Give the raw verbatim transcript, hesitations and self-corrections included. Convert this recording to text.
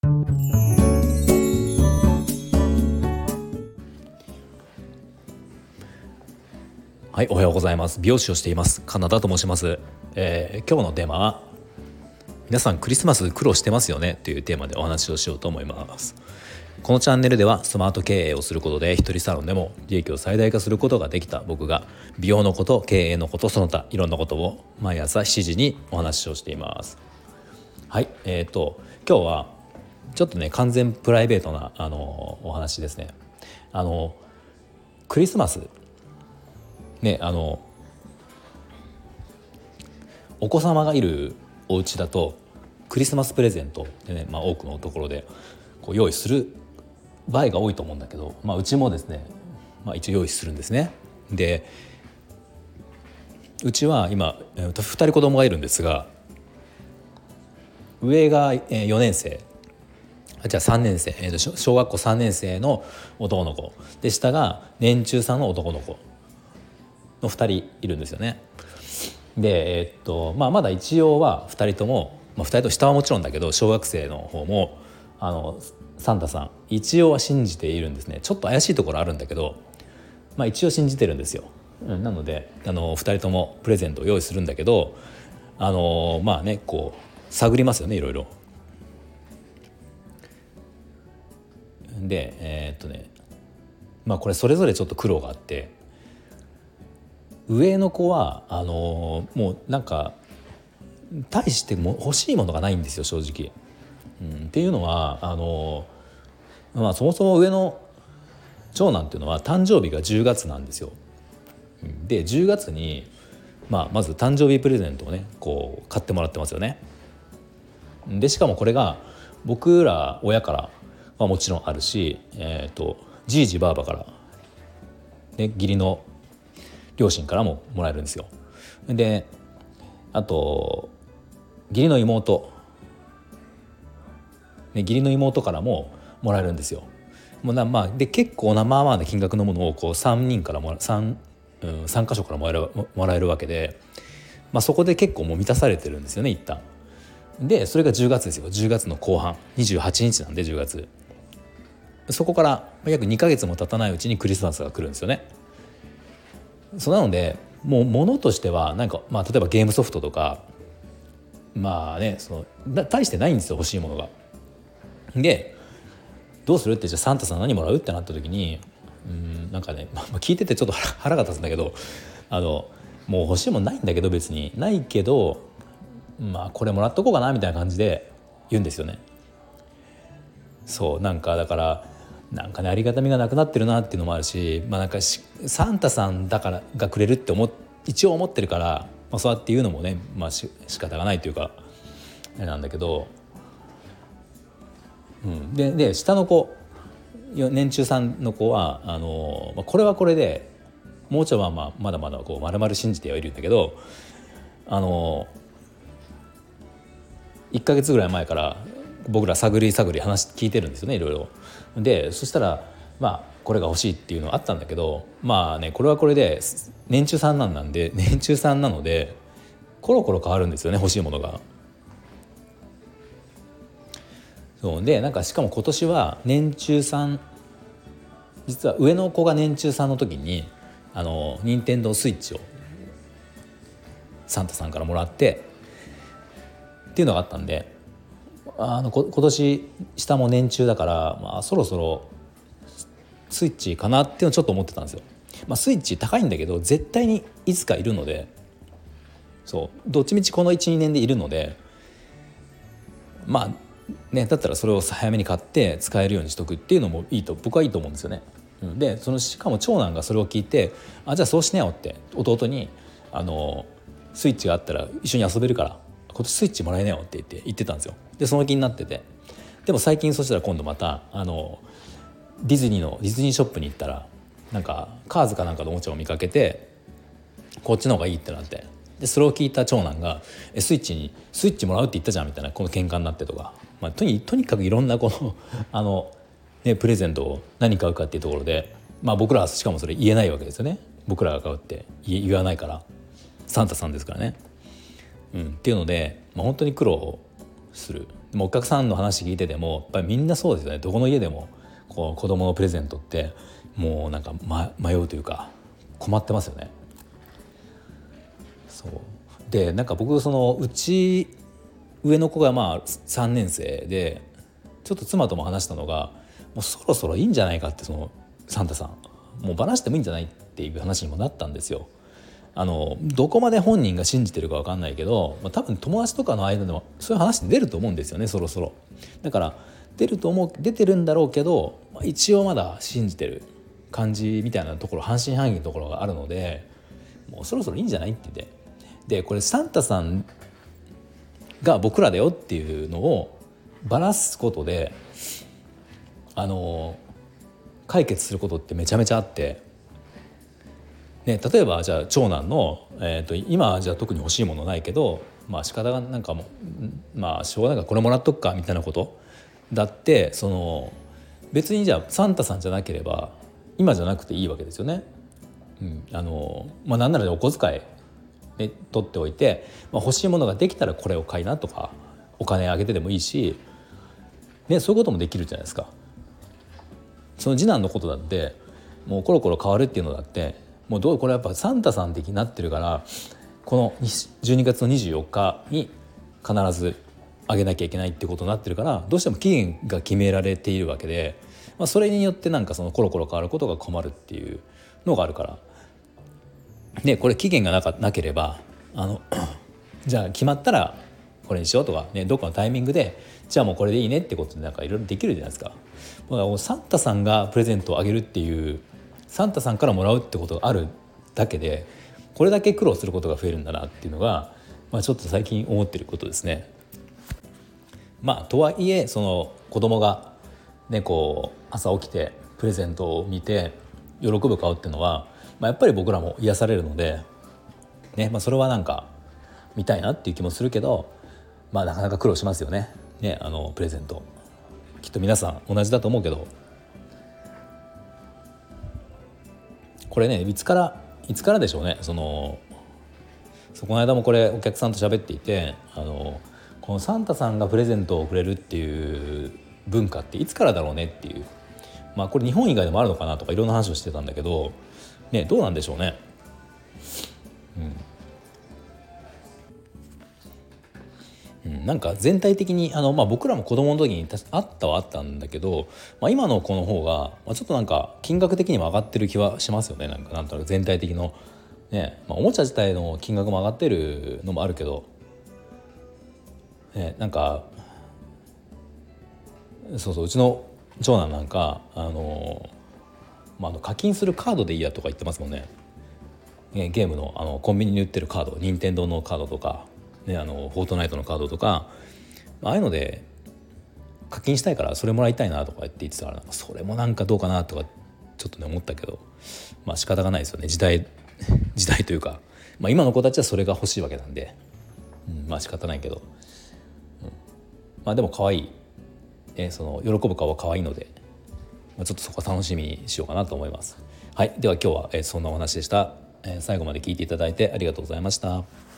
はい、おはようございます。美容師をしていますカナダと申します。えー、今日のテーマは皆さんクリスマス苦労してますよねというテーマでお話をしようと思います。このチャンネルではスマート経営をすることで一人サロンでも利益を最大化することができた僕が美容のこと、経営のこと、その他いろんなことを毎朝しちじにお話をしています。はい、えーと今日はちょっとね完全プライベートなあのお話ですね。あのクリスマスね、あのお子様がいるお家だとクリスマスプレゼントでね、まあ、多くのところでこう用意する場合が多いと思うんだけど、まあ、うちもですね、まあ、一応用意するんですね。でうちは今ふたり子供がいるんですが、上がよねん生、じゃあさんねん生、小学校さんねん生の男の子で、下が年中さんの男の子のふたりいるんですよね。で、えーっとまあ、まだ一応はふたりとも、まあ、ふたりと下はもちろんだけど小学生の方もあのサンタさん一応は信じているんですね。ちょっと怪しいところあるんだけど、まあ、一応信じてるんですよ。うん、なのであのふたりともプレゼントを用意するんだけど、あのまあねこう探りますよね、いろいろ。でえーっとねまあこれそれぞれちょっと苦労があって、上の子はあのー、もうなんか大しても欲しいものがないんですよ、正直。うん、っていうのはあのー、まあそもそも上の長男っていうのは誕生日がじゅうがつなんですよ。でじゅうがつに、まあ、まず誕生日プレゼントをねこう買ってもらってますよね。でしかもこれが僕ら親からはもちろんあるし、えーと、じいじばあばから、ね、義理の両親からももらえるんですよ。であと義理の妹、ね、義理の妹からももらえるんですよ。もうな、まあ、で結構なまあまあな金額のものをこうさんにんからもら 3, うん、さん箇所からもらえるもらえるわけで、まあ、そこで結構もう満たされてるんですよね、一旦。でそれがじゅうがつですよ。じゅうがつの後半にじゅうはちにちなんで、じゅうがつそこから約にかげつも経たないうちにクリスマスが来るんですよね。そうなのでもう物としてはなんか、まあ、例えばゲームソフトとかまあねその大してないんですよ、欲しいものが。でどうするって、じゃあサンタさん何もらうってなった時に、うんなんかね、まあ、聞いててちょっと腹が立つんだけど、あのもう欲しいものないんだけど、別にないけどまあこれもらっとこうかなみたいな感じで言うんですよね。そうなんかだからなんかねありがたみがなくなってるなっていうのもあるし、まあなんかサンタさんだからがくれるって思一応思ってるから、まあ、そうやって言うのもね、まあ、し仕方がないというかあれなんだけど、うん、で, で下の子年中さんの子はあの、まあ、これはこれでもうちょいはまあまだまだこう丸々信じてはいるんだけど、あのいっかげつぐらい前から僕ら探り探り話聞いてるんですよね、いろいろ。でそしたらまあこれが欲しいっていうのはあったんだけど、まあねこれはこれで年中さんなんなんで年中さんなのでコロコロ変わるんですよね、欲しいものが。そうでなんかしかも今年は年中さん、実は上の子が年中さんの時にあの任天堂スイッチをサンタさんからもらってっていうのがあったんで、あのこ今年下も年中だから、まあ、そろそろスイッチかなっていうのをちょっと思ってたんですよ。まあ、スイッチ高いんだけど絶対にいつかいるので、そうどっちみちこの いち,に 年でいるので、まあねだったらそれを早めに買って使えるようにしとくっていうのもいいと僕はいいと思うんですよね。でそのしかも長男がそれを聞いて、あじゃあそうしなよって弟にあのスイッチがあったら一緒に遊べるから今年スイッチもらえなよって言って言ってたんですよ。でその気になってて、でも最近そしたら今度またあのディズニーのディズニーショップに行ったらなんかカーズかなんかのおもちゃを見かけてこっちの方がいいってなって、でそれを聞いた長男がえスイッチにスイッチもらうって言ったじゃんみたいなこの喧嘩になってとか、まあ、とにとにかくいろんなこのあの、ね、プレゼントを何買うかっていうところで、まあ、僕らはしかもそれ言えないわけですよね。僕らが買うって言わないからサンタさんですからね。うん、っていうので、まあ、本当に苦労する。 でもお客さんの話聞いててもやっぱりみんなそうですよね。どこの家でもこう子供のプレゼントってもうなんか、ま、迷うというか困ってますよね。そうでなんか僕そのうち上の子がまあさんねん生でちょっと妻とも話したのがもうそろそろいいんじゃないかって、そのサンタさんもうばらしてもいいんじゃないっていう話にもなったんですよ。あのどこまで本人が信じてるか分かんないけど、まあ、多分友達とかの間でもそういう話出ると思うんですよね、そろそろ。だから出ると思う出てるんだろうけど、まあ、一応まだ信じてる感じみたいなところ、半信半疑のところがあるので、もうそろそろいいんじゃないって言って、でこれサンタさんが僕らだよっていうのをばらすことであの解決することってめちゃめちゃあって、ね、例えばじゃあ長男の、えー、と今はじゃあ特に欲しいものないけど、まあ仕方がなんかもうまあしょうがないからこれもらっとくかみたいなことだって、その別にじゃあサンタさんじゃなければ今じゃなくていいわけですよね。うん、あのまあなんならお小遣いで取っておいて、まあ、欲しいものができたらこれを買いなとかお金あげてでもいいし、ね、そういうこともできるじゃないですか。その次男のことだってもうコロコロ変わるっていうのだってもうどうこれやっぱサンタさん的になってるから、このじゅうにがつのにじゅうよっかに必ずあげなきゃいけないってことになってるから、どうしても期限が決められているわけで、まあ、それによってなんかそのコロコロ変わることが困るっていうのがあるから、でこれ期限がなかなければあのじゃあ決まったらこれにしようとか、ね、どっかのタイミングでじゃあもうこれでいいねってことでなんかいろいろできるじゃないですか。だからサンタさんがプレゼントをあげるっていうサンタさんからもらうってことがあるだけでこれだけ苦労することが増えるんだなっていうのが、まあ、ちょっと最近思ってることですね。まあとはいえその子供がねこう朝起きてプレゼントを見て喜ぶ顔っていうのは、まあ、やっぱり僕らも癒されるので、ねまあ、それはなんか見たいなっていう気もするけど、まあなかなか苦労しますよね。ねあのプレゼントきっと皆さん同じだと思うけど、これねいつからいつからでしょうね。そのそこの間もこれお客さんと喋っていて、あのこのサンタさんがプレゼントをくれるっていう文化っていつからだろうねっていう、まあこれ日本以外でもあるのかなとかいろんな話をしてたんだけど、ねどうなんでしょうね。うん、なんか全体的にあの、まあ、僕らも子供の時にあったはあったんだけど、まあ、今の子の方が、まあ、ちょっとなんか金額的にも上がってる気はしますよね。なんかなんとなく全体的の、ねまあ、おもちゃ自体の金額も上がってるのもあるけど、ね、なんかそうそううちの長男なんかあの、まあ、あの課金するカードでいいやとか言ってますもんね。ゲームの、あのコンビニに売ってるカード、任天堂のカードとか、ね、あのフォートナイトのカードとかああいうので課金したいからそれもらいたいなとか言って言ってたから、それもなんかどうかなとかちょっとね思ったけど、まあ仕方がないですよね。時代時代というか、まあ、今の子たちはそれが欲しいわけなんで、うん、まあ仕方ないけど、うん、まあでも可愛い、えー、その喜ぶ顔は可愛いので、まあ、ちょっとそこは楽しみにしようかなと思います。はい、では今日は、えー、そんなお話でした。えー、最後まで聞いていただいてありがとうございました。